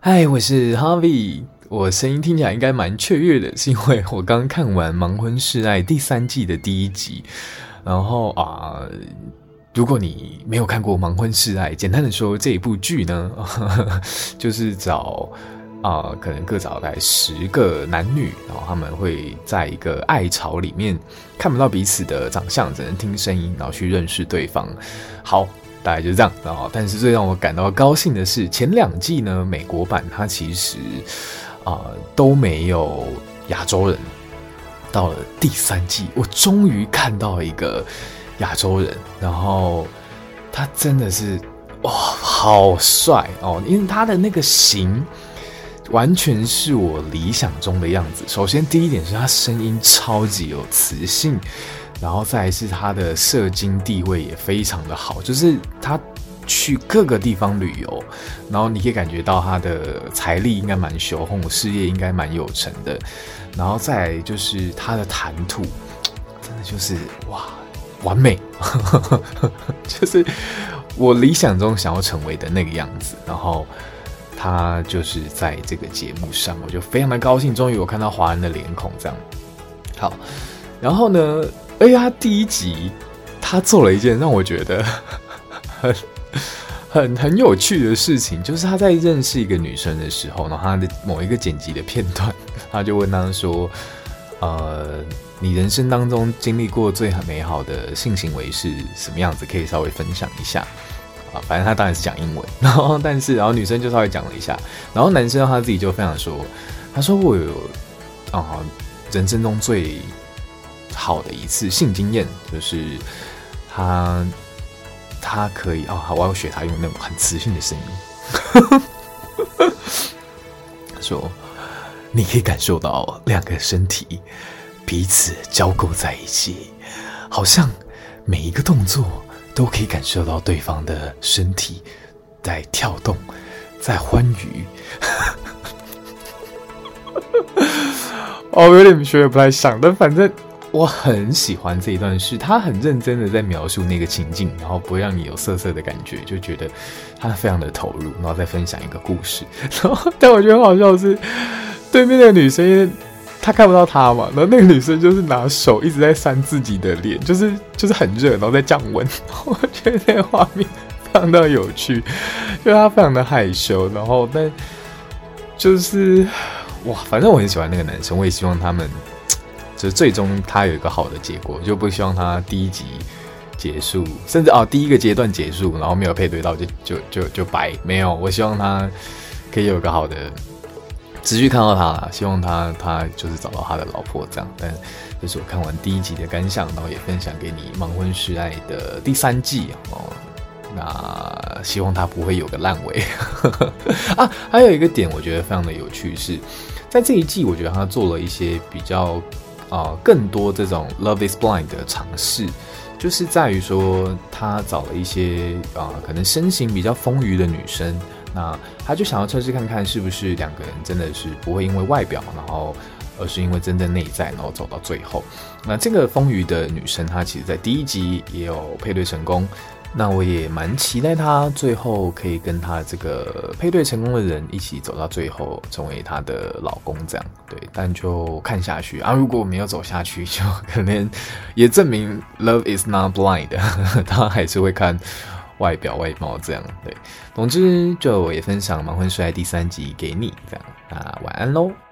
嗨，我是 Harvey，我声音听起来应该蛮雀跃的，是因为我刚看完《盲婚试爱》第3季的第1集，然后如果你没有看过《盲婚试爱》，简单的说，这一部剧呢，就是找可能各找大概10个男女，然后他们会在一个爱巢里面看不到彼此的长相，只能听声音，然后去认识对方。好。大概就是这样，然后但是最让我感到高兴的是，前2季呢，美国版它其实都没有亚洲人。到了第3季，我终于看到一个亚洲人，然后他真的是哇，好帅哦！因为他的那个型完全是我理想中的样子。首先第一点是他声音超级有磁性。然后再来是他的社经地位也非常的好，就是他去各个地方旅游，然后你可以感觉到他的财力应该蛮雄厚，事业应该蛮有成的。然后再来就是他的谈吐，真的就是哇，完美，就是我理想中想要成为的那个样子。然后他就是在这个节目上，我就非常的高兴，终于我看到华人的脸孔这样。好，然后呢？而且他第1集，他做了一件让我觉得很有趣的事情，就是他在认识一个女生的时候，然后他的某一个剪辑的片段，他就问她说：“你人生当中经历过最美好的性行为是什么样子？可以稍微分享一下。”反正他当然是讲英文，然后女生就稍微讲了一下，然后男生他自己就分享说：“他说我有人生中最好的一次性经验，就是他可以我要学他用那种很磁性的声音，他说你可以感受到2个身体彼此交构在一起，好像每一个动作都可以感受到对方的身体在跳动，在欢愉。”我有点学得不太像，但反正我很喜欢这一段，是他很认真的在描述那个情境，然后不会让你有涩涩的感觉，就觉得他非常的投入，然后再分享一个故事。然后但我觉得很好笑的是，对面那个女生因为她看不到他嘛，然后那个女生就是拿手一直在扇自己的脸，就是很热，然后在降温。我觉得那个画面非常的有趣，就是她非常的害羞，然后但就是哇，反正我很喜欢那个男生，我也希望他们就是最终他有一个好的结果，就不希望他第1集结束，甚至第1个阶段结束，然后没有配对到就白，没有，我希望他可以有一个好的持续看到他啦，希望他就是找到他的老婆这样。但这是我看完第1集的感想，然后也分享给你《盲婚试爱》的第3季那希望他不会有个烂尾还有一个点我觉得非常的有趣是，在这一季我觉得他做了一些比较更多这种 Love is Blind 的尝试，就是在于说他找了一些可能身形比较丰腴的女生，那他就想要测试看看是不是2个人真的是不会因为外表，然后而是因为真正内在，然后走到最后。那这个丰腴的女生她其实在第1集也有配对成功，那我也蛮期待她最后可以跟她这个配对成功的人一起走到最后，成为她的老公这样。对，但就看下去如果没有走下去，就可能也证明 Love is not blind 她还是会看外表外貌这样。对，总之就我也分享《盲婚试爱》第3集给你这样。那晚安咯。